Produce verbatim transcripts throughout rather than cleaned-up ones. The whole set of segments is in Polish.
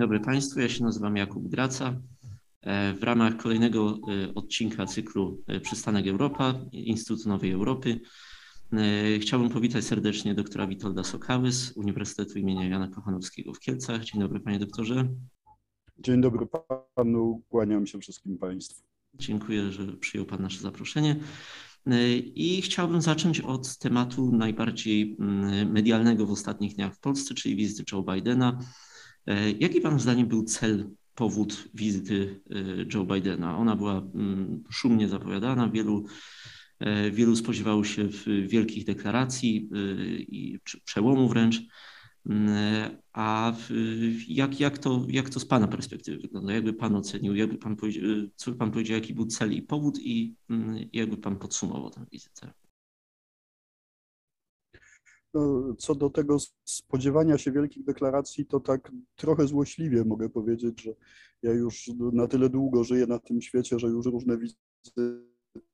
dobry Państwu, ja się nazywam Jakub Graca. W ramach kolejnego odcinka cyklu Przystanek Europa, Instytutu Nowej Europy, chciałbym powitać serdecznie doktora Witolda Sokały z Uniwersytetu imienia Jana Kochanowskiego w Kielcach. Dzień dobry Panie doktorze. Dzień dobry Panu, kłaniam się wszystkim Państwu. Dziękuję, że przyjął Pan nasze zaproszenie. I chciałbym zacząć od tematu najbardziej medialnego w ostatnich dniach w Polsce, czyli wizyty Joe Bidena. Jaki Pan zdaniem był cel, powód wizyty Joe Bidena? Ona była szumnie zapowiadana, wielu, wielu spodziewało się wielkich deklaracji i przełomu wręcz. A jak, jak, to, jak to z Pana perspektywy wygląda? Jakby Pan ocenił, jakby Pan powiedział, co by Pan powiedział, jaki był cel i powód i jakby Pan podsumował tę wizytę? No, co do tego spodziewania się wielkich deklaracji, to tak trochę złośliwie mogę powiedzieć, że ja już na tyle długo żyję na tym świecie, że już różne wizyty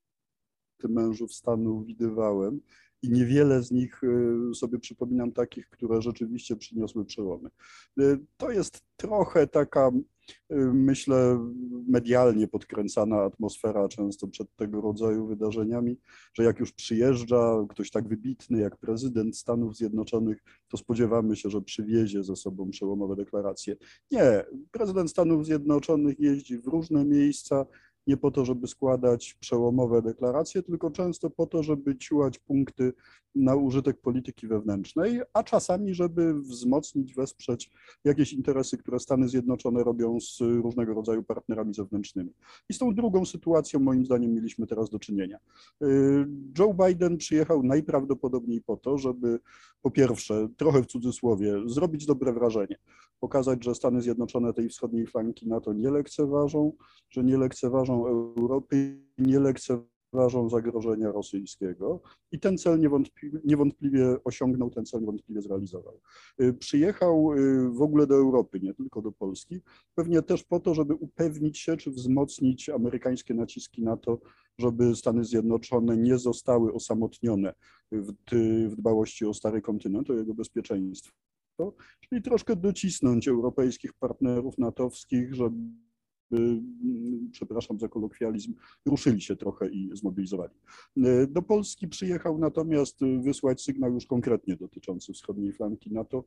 mężów stanu widywałem i niewiele z nich sobie przypominam takich, które rzeczywiście przyniosły przełomy. To jest trochę taka, myślę, medialnie podkręcana atmosfera często przed tego rodzaju wydarzeniami, że jak już przyjeżdża ktoś tak wybitny jak prezydent Stanów Zjednoczonych, to spodziewamy się, że przywiezie ze sobą przełomowe deklaracje. Nie, prezydent Stanów Zjednoczonych jeździ w różne miejsca, nie po to, żeby składać przełomowe deklaracje, tylko często po to, żeby ciułać punkty na użytek polityki wewnętrznej, a czasami, żeby wzmocnić, wesprzeć jakieś interesy, które Stany Zjednoczone robią z różnego rodzaju partnerami zewnętrznymi. I z tą drugą sytuacją, moim zdaniem, mieliśmy teraz do czynienia. Joe Biden przyjechał najprawdopodobniej po to, żeby po pierwsze, trochę w cudzysłowie, zrobić dobre wrażenie, pokazać, że Stany Zjednoczone tej wschodniej flanki NATO nie lekceważą, że nie lekceważą Europy, nie lekceważą zagrożenia rosyjskiego i ten cel niewątpliwie, niewątpliwie osiągnął, ten cel niewątpliwie zrealizował. Przyjechał w ogóle do Europy, nie tylko do Polski, pewnie też po to, żeby upewnić się, czy wzmocnić amerykańskie naciski na to, żeby Stany Zjednoczone nie zostały osamotnione w, w dbałości o stary kontynent, o jego bezpieczeństwo, czyli troszkę docisnąć europejskich partnerów natowskich, żeby przepraszam za kolokwializm, ruszyli się trochę i zmobilizowali. Do Polski przyjechał natomiast wysłać sygnał już konkretnie dotyczący wschodniej flanki NATO,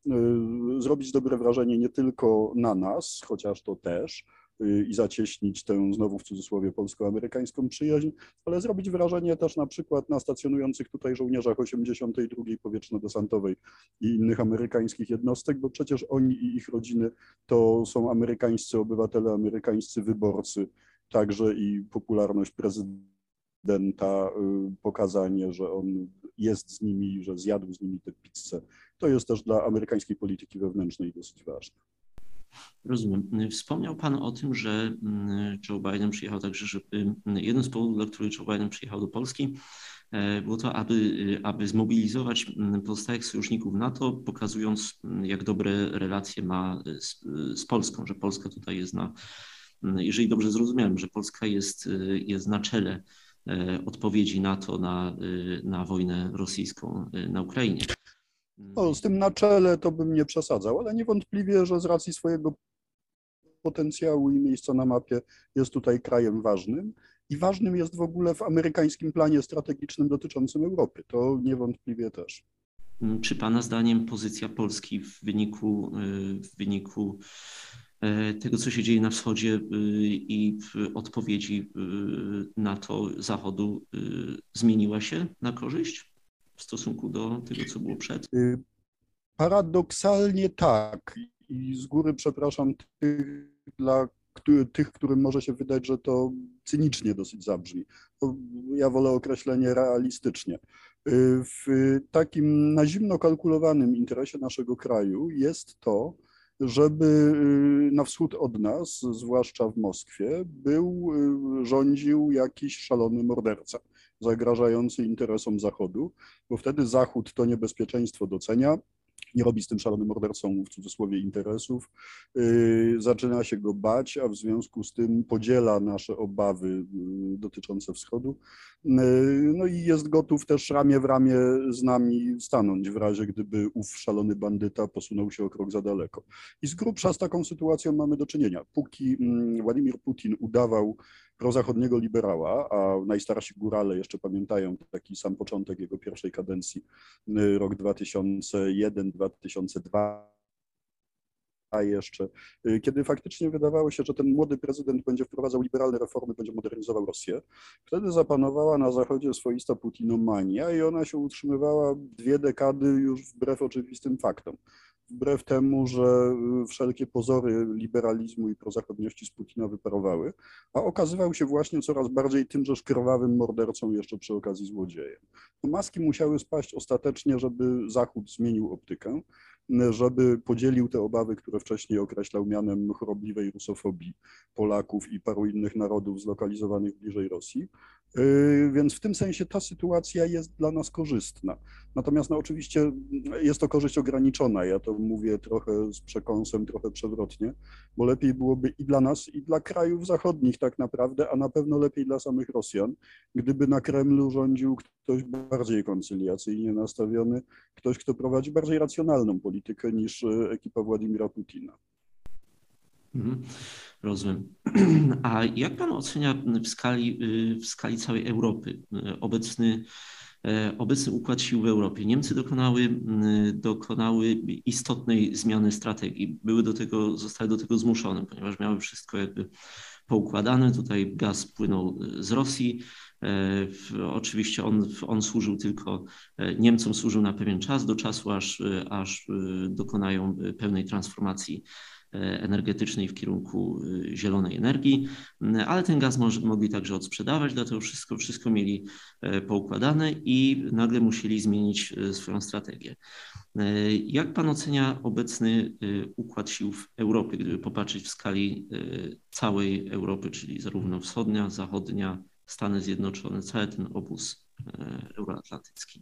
zrobić dobre wrażenie nie tylko na nas, chociaż to też, i zacieśnić tę znowu w cudzysłowie polsko-amerykańską przyjaźń, ale zrobić wrażenie też na przykład na stacjonujących tutaj żołnierzach osiemdziesiątej drugiej powietrzno-desantowej i innych amerykańskich jednostek, bo przecież oni i ich rodziny to są amerykańscy obywatele, amerykańscy wyborcy, także i popularność prezydenta, pokazanie, że on jest z nimi, że zjadł z nimi tę pizzę, to jest też dla amerykańskiej polityki wewnętrznej dosyć ważne. Rozumiem. Wspomniał Pan o tym, że Joe Biden przyjechał także, żeby jeden z powodów, dla których Joe Biden przyjechał do Polski, było to, aby, aby zmobilizować pozostałych sojuszników NATO, pokazując, jak dobre relacje ma z, z Polską, że Polska tutaj jest na, jeżeli dobrze zrozumiałem, że Polska jest, jest na czele odpowiedzi NATO na, na wojnę rosyjską na Ukrainie. No, z tym na czele to bym nie przesadzał, ale niewątpliwie, że z racji swojego potencjału i miejsca na mapie jest tutaj krajem ważnym i ważnym jest w ogóle w amerykańskim planie strategicznym dotyczącym Europy. To niewątpliwie też. Czy Pana zdaniem pozycja Polski w wyniku, w wyniku tego, co się dzieje na wschodzie i odpowiedzi NATO Zachodu zmieniła się na korzyść w stosunku do tego, co było przed? Paradoksalnie tak. I z góry przepraszam tych, dla tych, którym może się wydać, że to cynicznie dosyć zabrzmi. Ja wolę określenie realistycznie. W takim na zimno kalkulowanym interesie naszego kraju jest to, żeby na wschód od nas, zwłaszcza w Moskwie, był, rządził jakiś szalony morderca zagrażający interesom Zachodu, bo wtedy Zachód to niebezpieczeństwo docenia, nie robi z tym szalonym mordercą w cudzysłowie interesów, zaczyna się go bać, a w związku z tym podziela nasze obawy dotyczące wschodu. No i jest gotów też ramię w ramię z nami stanąć w razie, gdyby ów szalony bandyta posunął się o krok za daleko. I z grubsza z taką sytuacją mamy do czynienia. Póki Władimir Putin udawał prozachodniego liberała, a najstarsi górale jeszcze pamiętają taki sam początek jego pierwszej kadencji, rok dwa tysiące jeden dwa tysiące dwa jeszcze, kiedy faktycznie wydawało się, że ten młody prezydent będzie wprowadzał liberalne reformy, będzie modernizował Rosję. Wtedy zapanowała na Zachodzie swoista putinomania i ona się utrzymywała dwie dekady już wbrew oczywistym faktom. Wbrew temu, że wszelkie pozory liberalizmu i prozachodniości z Putina wyparowały, a okazywał się właśnie coraz bardziej tymże krwawym mordercą jeszcze przy okazji złodziejem. Maski musiały spaść ostatecznie, żeby Zachód zmienił optykę, żeby podzielił te obawy, które wcześniej określał mianem chorobliwej rusofobii Polaków i paru innych narodów zlokalizowanych bliżej Rosji. Więc w tym sensie ta sytuacja jest dla nas korzystna. Natomiast no, oczywiście jest to korzyść ograniczona. Ja to mówię trochę z przekąsem, trochę przewrotnie, bo lepiej byłoby i dla nas, i dla krajów zachodnich tak naprawdę, a na pewno lepiej dla samych Rosjan, gdyby na Kremlu rządził ktoś bardziej koncyliacyjnie nastawiony, ktoś, kto prowadzi bardziej racjonalną politykę niż ekipa Władimira Putina. Mhm, rozumiem. A jak pan ocenia w skali, w skali całej Europy obecny, obecny układ sił w Europie? Niemcy dokonały, dokonały istotnej zmiany strategii. Były do tego, zostały do tego zmuszone, ponieważ miały wszystko jakby poukładane. Tutaj gaz płynął z Rosji. Oczywiście on, on służył tylko, Niemcom służył na pewien czas, do czasu aż, aż dokonają pełnej transformacji energetycznej w kierunku zielonej energii, ale ten gaz może, mogli także odsprzedawać, dlatego wszystko, wszystko mieli poukładane i nagle musieli zmienić swoją strategię. Jak pan ocenia obecny układ sił w Europie, gdyby popatrzeć w skali całej Europy, czyli zarówno wschodnia, zachodnia, Stany Zjednoczone, cały ten obóz euroatlantycki?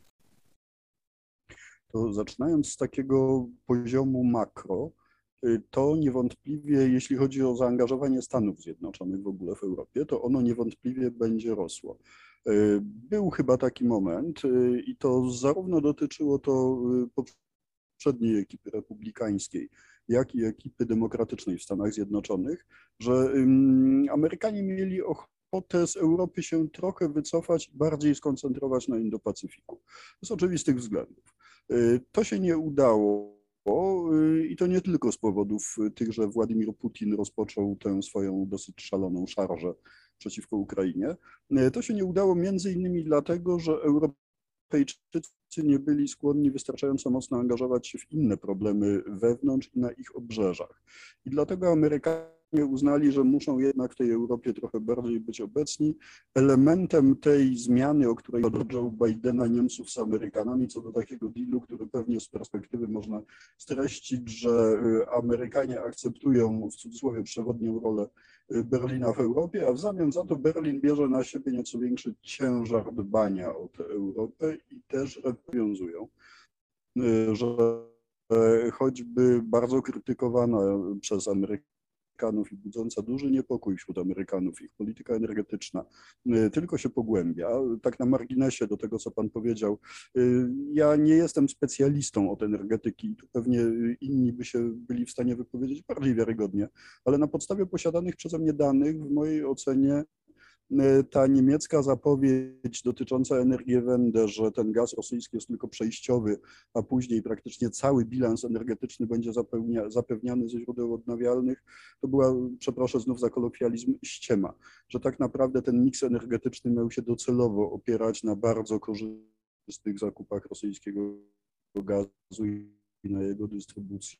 To zaczynając z takiego poziomu makro, to niewątpliwie, jeśli chodzi o zaangażowanie Stanów Zjednoczonych w ogóle w Europie, to ono niewątpliwie będzie rosło. Był chyba taki moment i to zarówno dotyczyło to poprzedniej ekipy republikańskiej, jak i ekipy demokratycznej w Stanach Zjednoczonych, że Amerykanie mieli ochotę z Europy się trochę wycofać i bardziej skoncentrować na Indo-Pacyfiku. Z oczywistych względów. To się nie udało. I to nie tylko z powodów tych, że Władimir Putin rozpoczął tę swoją dosyć szaloną szarżę przeciwko Ukrainie. To się nie udało między innymi dlatego, że Europejczycy nie byli skłonni wystarczająco mocno angażować się w inne problemy wewnątrz i na ich obrzeżach. I dlatego Amerykanie uznali, że muszą jednak w tej Europie trochę bardziej być obecni. Elementem tej zmiany, o której Joe Bidena Niemców z Amerykanami, co do takiego dealu, który pewnie z perspektywy można streścić, że Amerykanie akceptują w cudzysłowie przewodnią rolę Berlina w Europie, a w zamian za to Berlin bierze na siebie nieco większy ciężar dbania o tę Europę i też rozwiązują, że choćby bardzo krytykowana przez Amerykanów i budząca duży niepokój wśród Amerykanów, ich polityka energetyczna tylko się pogłębia. Tak na marginesie do tego, co pan powiedział, ja nie jestem specjalistą od energetyki i tu pewnie inni by się byli w stanie wypowiedzieć bardziej wiarygodnie, ale na podstawie posiadanych przeze mnie danych, w mojej ocenie ta niemiecka zapowiedź dotycząca Energiewende, że ten gaz rosyjski jest tylko przejściowy, a później praktycznie cały bilans energetyczny będzie zapewnia, zapewniany ze źródeł odnawialnych, to była, przeproszę znów za kolokwializm, ściema, że tak naprawdę ten miks energetyczny miał się docelowo opierać na bardzo korzystnych zakupach rosyjskiego gazu i na jego dystrybucji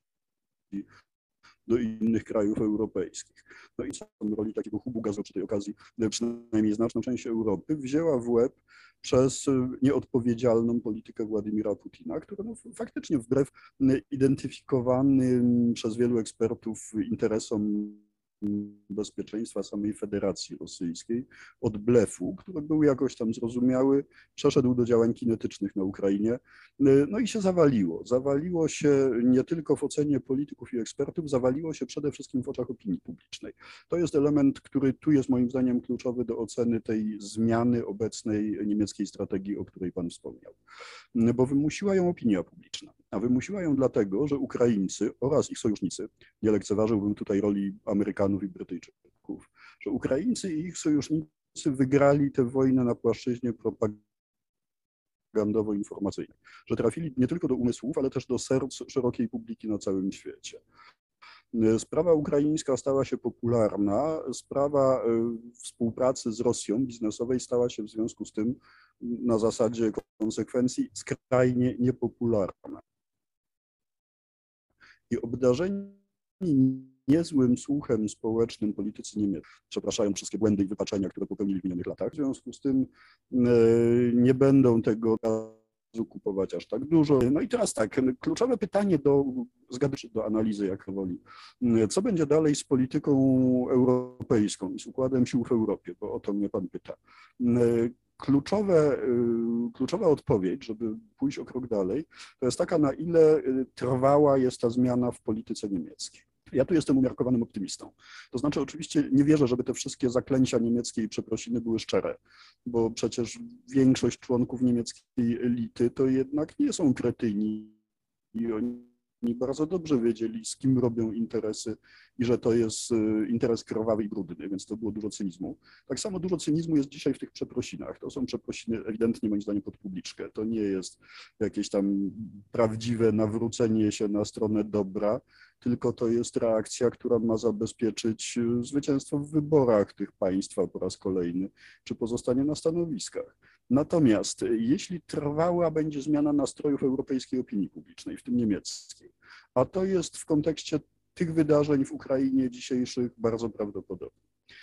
do innych krajów europejskich. No i co w roli takiego hubu gazu przy tej okazji, przynajmniej znaczną część Europy, wzięła w łeb przez nieodpowiedzialną politykę Władimira Putina, która no, faktycznie wbrew identyfikowanym przez wielu ekspertów interesom bezpieczeństwa samej Federacji Rosyjskiej od blefu, który był jakoś tam zrozumiały, przeszedł do działań kinetycznych na Ukrainie, no i się zawaliło. Zawaliło się nie tylko w ocenie polityków i ekspertów, zawaliło się przede wszystkim w oczach opinii publicznej. To jest element, który tu jest moim zdaniem kluczowy do oceny tej zmiany obecnej niemieckiej strategii, o której Pan wspomniał, bo wymusiła ją opinia publiczna, a wymusiła ją dlatego, że Ukraińcy oraz ich sojusznicy, nie lekceważyłbym tutaj roli Amerykanów i Brytyjczyków, że Ukraińcy i ich sojusznicy wygrali tę wojnę na płaszczyźnie propagandowo-informacyjnej, że trafili nie tylko do umysłów, ale też do serc szerokiej publiki na całym świecie. Sprawa ukraińska stała się popularna, sprawa współpracy z Rosją biznesowej stała się w związku z tym na zasadzie konsekwencji skrajnie niepopularna. I obdarzeni niezłym słuchem społecznym politycy niemieccy przepraszają wszystkie błędy i wypaczenia, które popełnili w minionych latach. W związku z tym nie będą tego kupować aż tak dużo. No i teraz tak, kluczowe pytanie do, do analizy, jak woli. Co będzie dalej z polityką europejską i z układem sił w Europie, bo o to mnie Pan pyta. Kluczowe, kluczowa odpowiedź, żeby pójść o krok dalej, to jest taka, na ile trwała jest ta zmiana w polityce niemieckiej. Ja tu jestem umiarkowanym optymistą. To znaczy oczywiście nie wierzę, żeby te wszystkie zaklęcia niemieckie i przeprosiny były szczere, bo przecież większość członków niemieckiej elity to jednak nie są kretyni i oni bardzo dobrze wiedzieli, z kim robią interesy i że to jest interes krwawy i brudny, więc to było dużo cynizmu. Tak samo dużo cynizmu jest dzisiaj w tych przeprosinach. To są przeprosiny ewidentnie moim zdaniem pod publiczkę. To nie jest jakieś tam prawdziwe nawrócenie się na stronę dobra, tylko to jest reakcja, która ma zabezpieczyć zwycięstwo w wyborach tych państwa po raz kolejny, czy pozostanie na stanowiskach. Natomiast jeśli trwała będzie zmiana nastrojów europejskiej opinii publicznej, w tym niemieckiej, a to jest w kontekście tych wydarzeń w Ukrainie dzisiejszych bardzo prawdopodobne,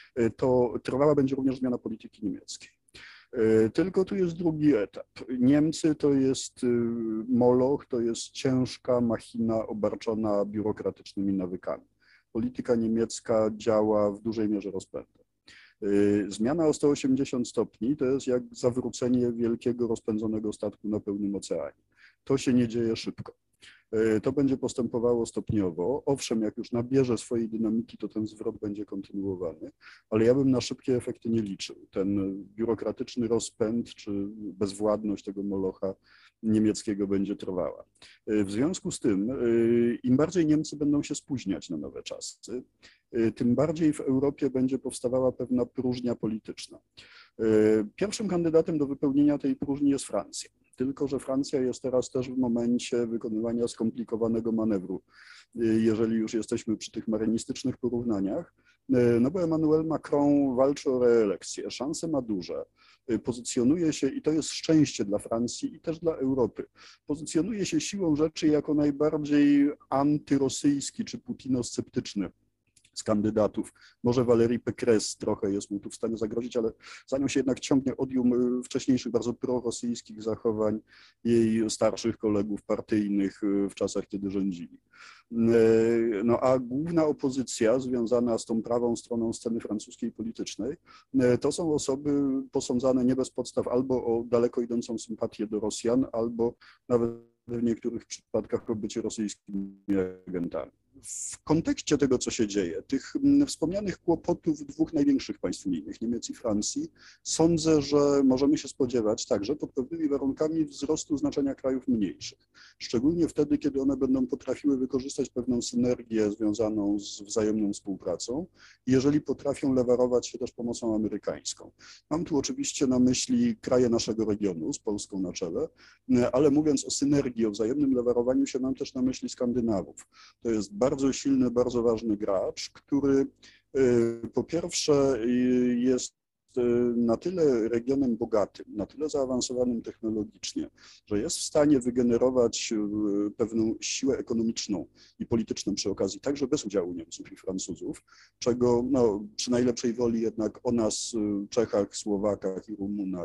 to trwała będzie również zmiana polityki niemieckiej. Tylko tu jest drugi etap. Niemcy to jest moloch, to jest ciężka machina obarczona biurokratycznymi nawykami. Polityka niemiecka działa w dużej mierze rozpędem. Zmiana o sto osiemdziesiąt stopni to jest jak zawrócenie wielkiego rozpędzonego statku na pełnym oceanie. To się nie dzieje szybko. To będzie postępowało stopniowo. Owszem, jak już nabierze swojej dynamiki, to ten zwrot będzie kontynuowany, ale ja bym na szybkie efekty nie liczył. Ten biurokratyczny rozpęd czy bezwładność tego molocha niemieckiego będzie trwała. W związku z tym, im bardziej Niemcy będą się spóźniać na nowe czasy, tym bardziej w Europie będzie powstawała pewna próżnia polityczna. Pierwszym kandydatem do wypełnienia tej próżni jest Francja. Tylko że Francja jest teraz też w momencie wykonywania skomplikowanego manewru, jeżeli już jesteśmy przy tych marynistycznych porównaniach, no bo Emmanuel Macron walczy o reelekcję, szanse ma duże, pozycjonuje się, i to jest szczęście dla Francji i też dla Europy, pozycjonuje się siłą rzeczy jako najbardziej antyrosyjski czy putinosceptyczny z kandydatów. Może Valérie Pécresse trochę jest mu tu w stanie zagrozić, ale za nią się jednak ciągnie odium wcześniejszych, bardzo prorosyjskich zachowań jej starszych kolegów partyjnych w czasach, kiedy rządzili. No a główna opozycja związana z tą prawą stroną sceny francuskiej politycznej, to są osoby posądzane nie bez podstaw albo o daleko idącą sympatię do Rosjan, albo nawet w niektórych przypadkach o bycie rosyjskimi agentami. W kontekście tego, co się dzieje, tych wspomnianych kłopotów dwóch największych państw unijnych, Niemiec i Francji, sądzę, że możemy się spodziewać także pod pewnymi warunkami wzrostu znaczenia krajów mniejszych. Szczególnie wtedy, kiedy one będą potrafiły wykorzystać pewną synergię związaną z wzajemną współpracą, jeżeli potrafią lewarować się też pomocą amerykańską. Mam tu oczywiście na myśli kraje naszego regionu, z Polską na czele, ale mówiąc o synergii, o wzajemnym lewarowaniu się, mam też na myśli Skandynawów. To jest bardzo silny, bardzo ważny gracz, który po pierwsze jest na tyle regionem bogatym, na tyle zaawansowanym technologicznie, że jest w stanie wygenerować pewną siłę ekonomiczną i polityczną przy okazji, także bez udziału Niemców i Francuzów, czego no, przy najlepszej woli jednak o nas, Czechach, Słowakach i Rumunach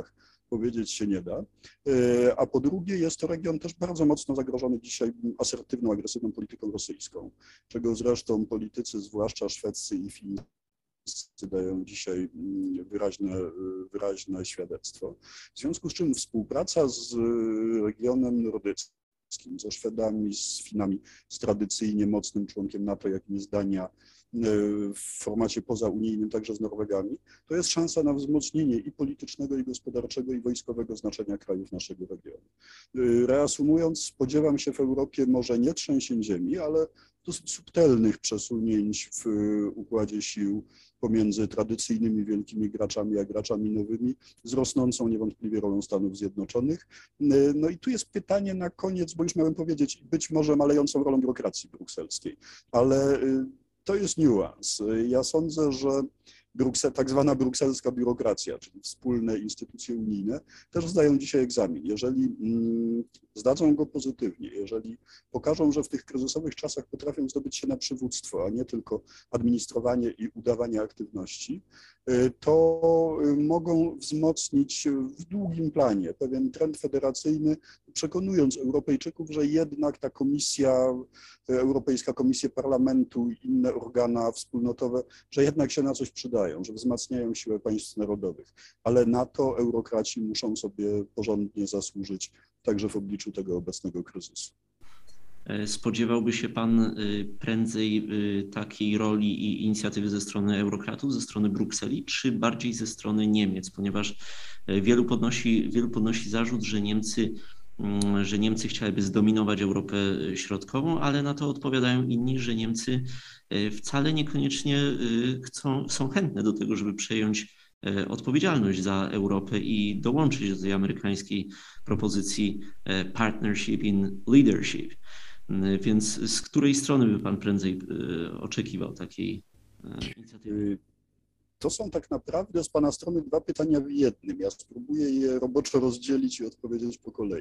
powiedzieć się nie da. A po drugie jest to region też bardzo mocno zagrożony dzisiaj asertywną, agresywną polityką rosyjską, czego zresztą politycy, zwłaszcza szwedzcy i fińscy, dają dzisiaj wyraźne, wyraźne świadectwo. W związku z czym współpraca z regionem nordyckim, ze Szwedami, z Finami, z tradycyjnie mocnym członkiem NATO, jakim jest Dania, w formacie pozaunijnym, także z Norwegami, to jest szansa na wzmocnienie i politycznego, i gospodarczego, i wojskowego znaczenia krajów naszego regionu. Reasumując, spodziewam się w Europie może nie trzęsień ziemi, ale dosyć subtelnych przesunięć w układzie sił pomiędzy tradycyjnymi wielkimi graczami a graczami nowymi, z rosnącą niewątpliwie rolą Stanów Zjednoczonych. No i tu jest pytanie na koniec, bo już miałem powiedzieć, być może malejącą rolą biurokracji brukselskiej, ale to jest niuans. Ja sądzę, że Bruksel, tak zwana brukselska biurokracja, czyli wspólne instytucje unijne, też zdają dzisiaj egzamin. Jeżeli mm, zdadzą go pozytywnie, jeżeli pokażą, że w tych kryzysowych czasach potrafią zdobyć się na przywództwo, a nie tylko administrowanie i udawanie aktywności, to mogą wzmocnić w długim planie pewien trend federacyjny, przekonując Europejczyków, że jednak ta komisja, Europejska Komisja Parlamentu i inne organa wspólnotowe, że jednak się na coś przydają, że wzmacniają siłę państw narodowych, ale na to eurokraci muszą sobie porządnie zasłużyć także w obliczu tego obecnego kryzysu. Spodziewałby się pan prędzej takiej roli i inicjatywy ze strony eurokratów, ze strony Brukseli, czy bardziej ze strony Niemiec, ponieważ wielu podnosi, wielu podnosi zarzut, że Niemcy, że Niemcy chciałyby zdominować Europę Środkową, ale na to odpowiadają inni, że Niemcy wcale niekoniecznie chcą, są chętne do tego, żeby przejąć odpowiedzialność za Europę i dołączyć do tej amerykańskiej propozycji partnership in leadership. Więc z której strony by pan prędzej oczekiwał takiej inicjatywy? To są tak naprawdę z pana strony dwa pytania w jednym. Ja spróbuję je roboczo rozdzielić i odpowiedzieć po kolei,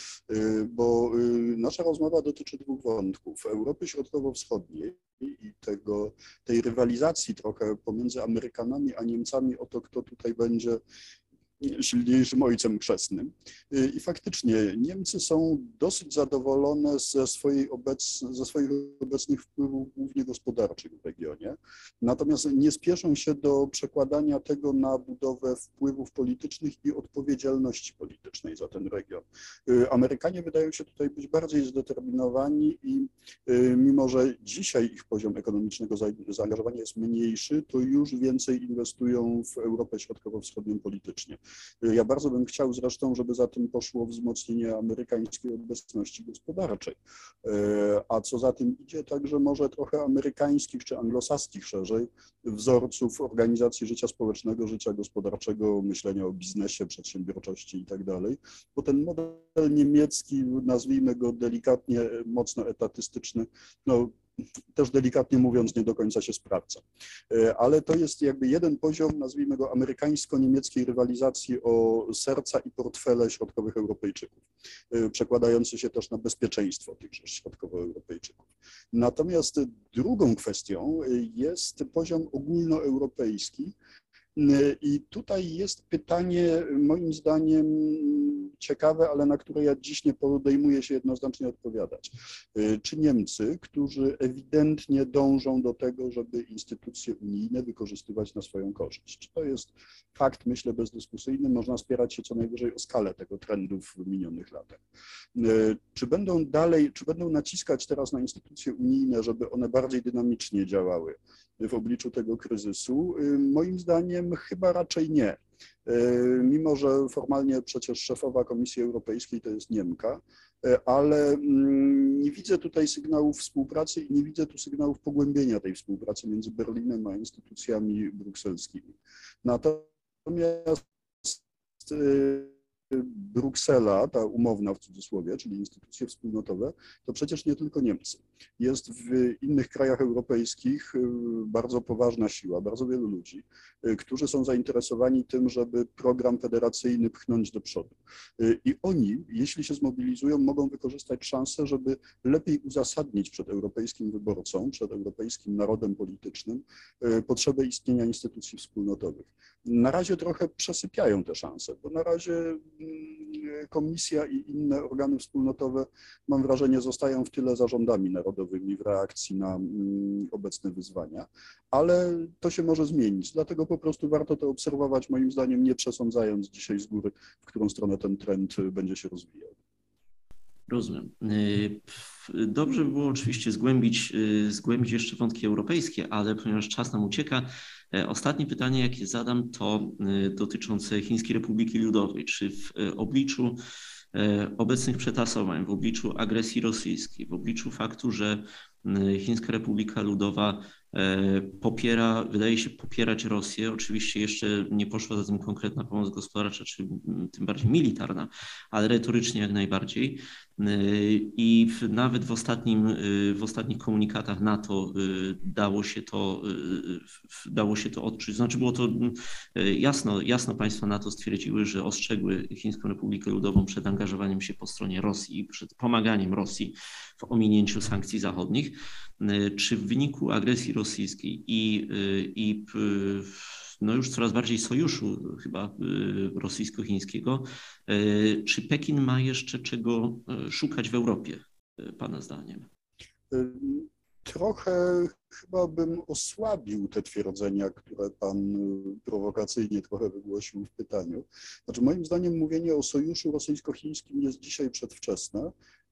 bo nasza rozmowa dotyczy dwóch wątków. Europy Środkowo-Wschodniej i tego, tej rywalizacji trochę pomiędzy Amerykanami a Niemcami o to, kto tutaj będzie silniejszym ojcem chrzestnym. I faktycznie Niemcy są dosyć zadowolone ze, swojej obec, ze swoich obecnych wpływów, głównie gospodarczych w regionie. Natomiast nie spieszą się do przekładania tego na budowę wpływów politycznych i odpowiedzialności politycznej za ten region. Amerykanie wydają się tutaj być bardziej zdeterminowani i mimo, że dzisiaj ich poziom ekonomicznego zaangażowania jest mniejszy, to już więcej inwestują w Europę Środkowo-Wschodnią politycznie. Ja bardzo bym chciał zresztą, żeby za tym poszło wzmocnienie amerykańskiej obecności gospodarczej, a co za tym idzie także może trochę amerykańskich czy anglosaskich szerzej wzorców organizacji życia społecznego, życia gospodarczego, myślenia o biznesie, przedsiębiorczości i tak dalej, bo ten model niemiecki, nazwijmy go delikatnie mocno etatystyczny, no też delikatnie mówiąc, nie do końca się sprawdza. Ale to jest jakby jeden poziom, nazwijmy go amerykańsko-niemieckiej rywalizacji o serca i portfele środkowych Europejczyków, przekładający się też na bezpieczeństwo tychże środkowoeuropejczyków. Natomiast drugą kwestią jest poziom ogólnoeuropejski. I tutaj jest pytanie, moim zdaniem ciekawe, ale na które ja dziś nie podejmuję się jednoznacznie odpowiadać. Czy Niemcy, którzy ewidentnie dążą do tego, żeby instytucje unijne wykorzystywać na swoją korzyść? Czy to jest fakt, myślę, bezdyskusyjny, można spierać się co najwyżej o skalę tego trendu w minionych latach. Czy będą dalej, czy będą naciskać teraz na instytucje unijne, żeby one bardziej dynamicznie działały w obliczu tego kryzysu? Moim zdaniem chyba raczej nie. Mimo że formalnie przecież szefowa Komisji Europejskiej to jest Niemka, ale nie widzę tutaj sygnałów współpracy i nie widzę tu sygnałów pogłębienia tej współpracy między Berlinem a instytucjami brukselskimi. Natomiast Bruksela, ta umowna w cudzysłowie, czyli instytucje wspólnotowe, to przecież nie tylko Niemcy. jest w innych krajach europejskich bardzo poważna siła, bardzo wielu ludzi, którzy są zainteresowani tym, żeby program federacyjny pchnąć do przodu. I oni, jeśli się zmobilizują, mogą wykorzystać szansę, żeby lepiej uzasadnić przed europejskim wyborcą, przed europejskim narodem politycznym potrzebę istnienia instytucji wspólnotowych. Na razie trochę przesypiają te szanse, bo na razie Komisja i inne organy wspólnotowe, mam wrażenie, zostają w tyle zarządami narodowymi w reakcji na obecne wyzwania, ale to się może zmienić, dlatego po prostu warto to obserwować, moim zdaniem, nie przesądzając dzisiaj z góry, w którą stronę ten trend będzie się rozwijał. Rozumiem. Dobrze by było oczywiście zgłębić, zgłębić jeszcze wątki europejskie, ale ponieważ czas nam ucieka, ostatnie pytanie, jakie zadam, to dotyczące Chińskiej Republiki Ludowej. Czy w obliczu obecnych przetasowań, w obliczu agresji rosyjskiej, w obliczu faktu, że Chińska Republika Ludowa popiera, wydaje się popierać Rosję, oczywiście jeszcze nie poszła za tym konkretna pomoc gospodarcza, czy tym bardziej militarna, ale retorycznie jak najbardziej. I nawet w, ostatnim, w ostatnich komunikatach NATO dało się to, dało się to odczuć. Znaczy było to jasno, jasno państwa NATO stwierdziły, że ostrzegły Chińską Republikę Ludową przed angażowaniem się po stronie Rosji, przed pomaganiem Rosji w ominięciu sankcji zachodnich. Czy w wyniku agresji rosyjskiej i, i no już coraz bardziej sojuszu chyba rosyjsko-chińskiego, czy Pekin ma jeszcze czego szukać w Europie, pana zdaniem? Trochę chyba bym osłabił te twierdzenia, które pan prowokacyjnie trochę wygłosił w pytaniu. Znaczy, moim zdaniem mówienie o sojuszu rosyjsko-chińskim jest dzisiaj przedwczesne,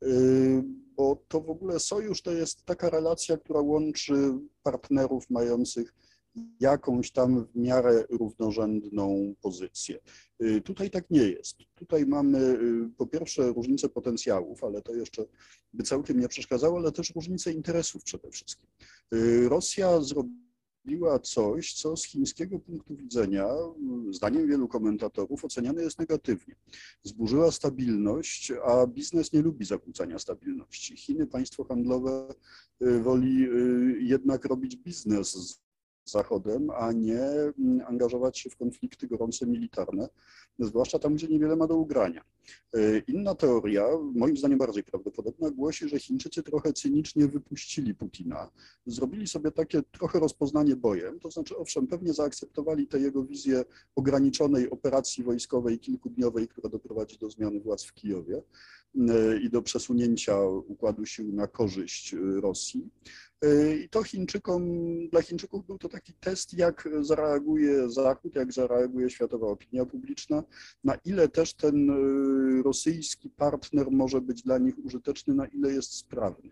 bo to w ogóle sojusz to jest taka relacja, która łączy partnerów mających jakąś tam w miarę równorzędną pozycję. Tutaj tak nie jest. Tutaj mamy po pierwsze różnice potencjałów, ale to jeszcze by całkiem nie przeszkadzało, ale też różnice interesów przede wszystkim. Rosja zrobiła coś, co z chińskiego punktu widzenia, zdaniem wielu komentatorów, oceniane jest negatywnie. Zburzyła stabilność, a biznes nie lubi zakłócania stabilności. Chiny, państwo handlowe, woli jednak robić biznes z Zachodem, a nie angażować się w konflikty gorące militarne, zwłaszcza tam, gdzie niewiele ma do ugrania. Inna teoria, moim zdaniem bardziej prawdopodobna, głosi, że Chińczycy trochę cynicznie wypuścili Putina, zrobili sobie takie trochę rozpoznanie bojem, to znaczy owszem, pewnie zaakceptowali tę jego wizję ograniczonej operacji wojskowej kilkudniowej, która doprowadzi do zmiany władz w Kijowie i do przesunięcia układu sił na korzyść Rosji. I to Chińczykom, dla Chińczyków był to taki test, jak zareaguje Zachód, jak zareaguje światowa opinia publiczna, na ile też ten rosyjski partner może być dla nich użyteczny, na ile jest sprawny.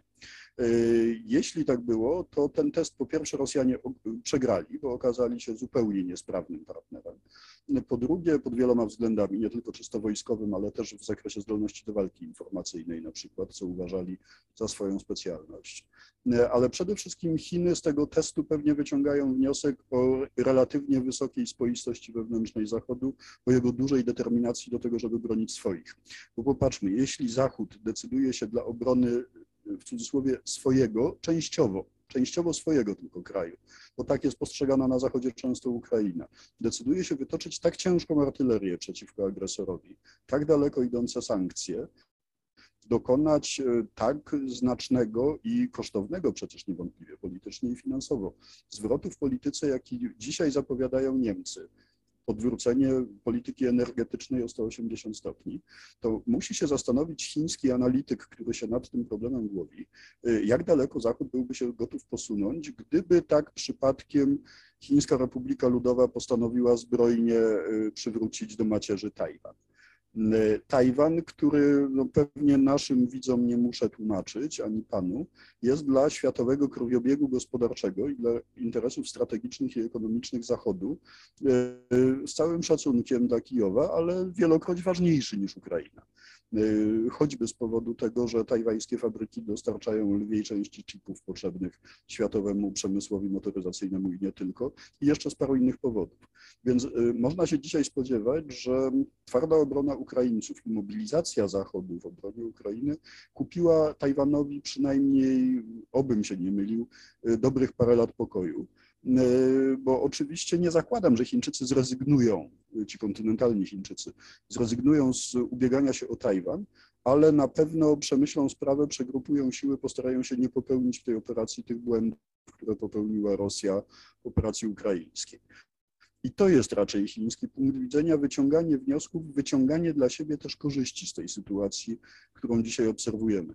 Jeśli tak było, to ten test po pierwsze Rosjanie przegrali, bo okazali się zupełnie niesprawnym partnerem. Po drugie, pod wieloma względami, nie tylko czysto wojskowym, ale też w zakresie zdolności do walki informacyjnej na przykład, co uważali za swoją specjalność. Ale przede wszystkim Chiny z tego testu pewnie wyciągają wniosek o relatywnie wysokiej spoistości wewnętrznej Zachodu, o jego dużej determinacji do tego, żeby bronić swoich. Bo popatrzmy, jeśli Zachód decyduje się dla obrony w cudzysłowie swojego, częściowo, częściowo swojego tylko kraju, bo tak jest postrzegana na Zachodzie często Ukraina, decyduje się wytoczyć tak ciężką artylerię przeciwko agresorowi, tak daleko idące sankcje, dokonać tak znacznego i kosztownego przecież niewątpliwie politycznie i finansowo zwrotu w polityce, jaki dzisiaj zapowiadają Niemcy, odwrócenie polityki energetycznej o sto osiemdziesiąt stopni, to musi się zastanowić chiński analityk, który się nad tym problemem głowi, jak daleko Zachód byłby się gotów posunąć, gdyby tak przypadkiem Chińska Republika Ludowa postanowiła zbrojnie przywrócić do macierzy Tajwan. Tajwan, który no pewnie naszym widzom nie muszę tłumaczyć, ani panu, jest dla światowego krwiobiegu gospodarczego i dla interesów strategicznych i ekonomicznych Zachodu z całym szacunkiem dla Kijowa, ale wielokroć ważniejszy niż Ukraina. choćby z powodu tego, że tajwańskie fabryki dostarczają lwiej części chipów potrzebnych światowemu przemysłowi motoryzacyjnemu i nie tylko, i jeszcze z paru innych powodów. Więc można się dzisiaj spodziewać, że twarda obrona Ukraińców i mobilizacja Zachodu w obronie Ukrainy kupiła Tajwanowi przynajmniej, obym się nie mylił, dobrych parę lat pokoju. Bo oczywiście nie zakładam, że Chińczycy zrezygnują, ci kontynentalni Chińczycy, zrezygnują z ubiegania się o Tajwan, ale na pewno przemyślą sprawę, przegrupują siły, postarają się nie popełnić w tej operacji tych błędów, które popełniła Rosja w operacji ukraińskiej. I to jest raczej chiński punkt widzenia, wyciąganie wniosków, wyciąganie dla siebie też korzyści z tej sytuacji, którą dzisiaj obserwujemy.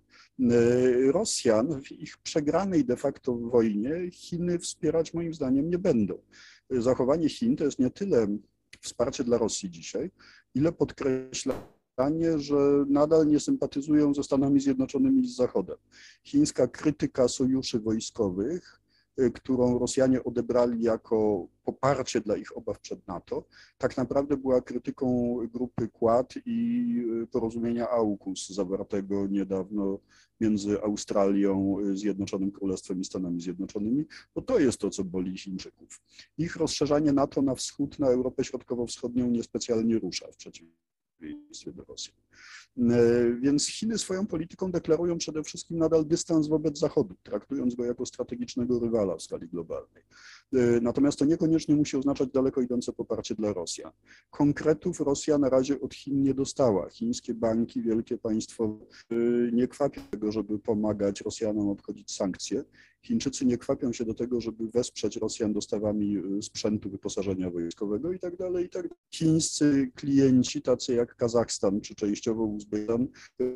Rosjan w ich przegranej de facto wojnie Chiny wspierać moim zdaniem nie będą. Zachowanie Chin to jest nie tyle wsparcie dla Rosji dzisiaj, ile podkreślanie, że nadal nie sympatyzują ze Stanami Zjednoczonymi i z Zachodem. Chińska krytyka sojuszy wojskowych, którą Rosjanie odebrali jako poparcie dla ich obaw przed NATO, tak naprawdę była krytyką grupy Quad i porozumienia AUKUS zawartego niedawno między Australią, Zjednoczonym Królestwem i Stanami Zjednoczonymi, bo to jest to, co boli Chińczyków. Ich rozszerzanie NATO na wschód, na Europę Środkowo-Wschodnią niespecjalnie rusza w przeciwieństwie do Rosji. Więc Chiny swoją polityką deklarują przede wszystkim nadal dystans wobec Zachodu, traktując go jako strategicznego rywala w skali globalnej. Natomiast to niekoniecznie musi oznaczać daleko idące poparcie dla Rosjan. Konkretów Rosja na razie od Chin nie dostała. Chińskie banki, wielkie państwo nie kwapią tego, żeby pomagać Rosjanom obchodzić sankcje. Chińczycy nie kwapią się do tego, żeby wesprzeć Rosjan dostawami sprzętu, wyposażenia wojskowego i tak dalej, i tak dalej. Chińscy klienci, tacy jak Kazachstan czy częściowo Uzbekistan,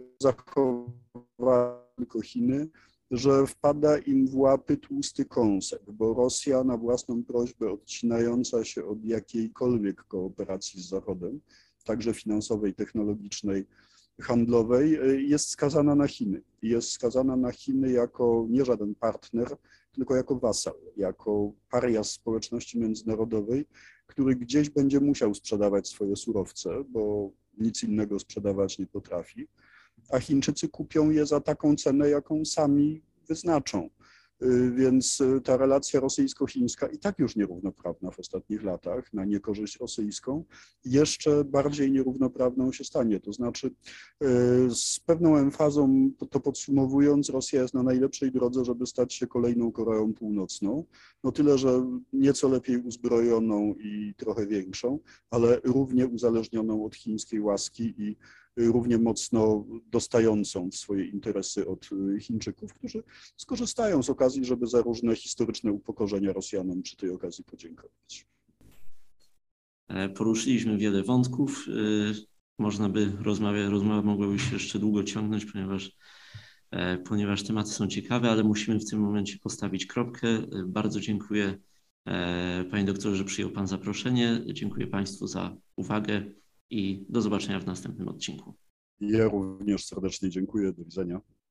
zachowali tylko Chiny, że wpada im w łapy tłusty kąsek, bo Rosja na własną prośbę odcinająca się od jakiejkolwiek kooperacji z Zachodem, także finansowej, technologicznej, handlowej, jest skazana na Chiny. Jest skazana na Chiny jako nie żaden partner, tylko jako wasal, jako paria społeczności międzynarodowej, który gdzieś będzie musiał sprzedawać swoje surowce, bo nic innego sprzedawać nie potrafi, a Chińczycy kupią je za taką cenę, jaką sami wyznaczą. Więc ta relacja rosyjsko-chińska, i tak już nierównoprawna w ostatnich latach, na niekorzyść rosyjską, jeszcze bardziej nierównoprawną się stanie. To znaczy, z pewną emfazą to podsumowując, Rosja jest na najlepszej drodze, żeby stać się kolejną Koreą Północną. No tyle, że nieco lepiej uzbrojoną i trochę większą, ale równie uzależnioną od chińskiej łaski i równie mocno dostającą w swoje interesy od Chińczyków, którzy skorzystają z okazji, żeby za różne historyczne upokorzenia Rosjanom przy tej okazji podziękować. Poruszyliśmy wiele wątków. Można by rozmawiać, rozmowa mogłaby się jeszcze długo ciągnąć, ponieważ, ponieważ tematy są ciekawe, ale musimy w tym momencie postawić kropkę. Bardzo dziękuję Panie doktorze, że przyjął Pan zaproszenie. Dziękuję Państwu za uwagę i do zobaczenia w następnym odcinku. Ja również serdecznie dziękuję. Do widzenia.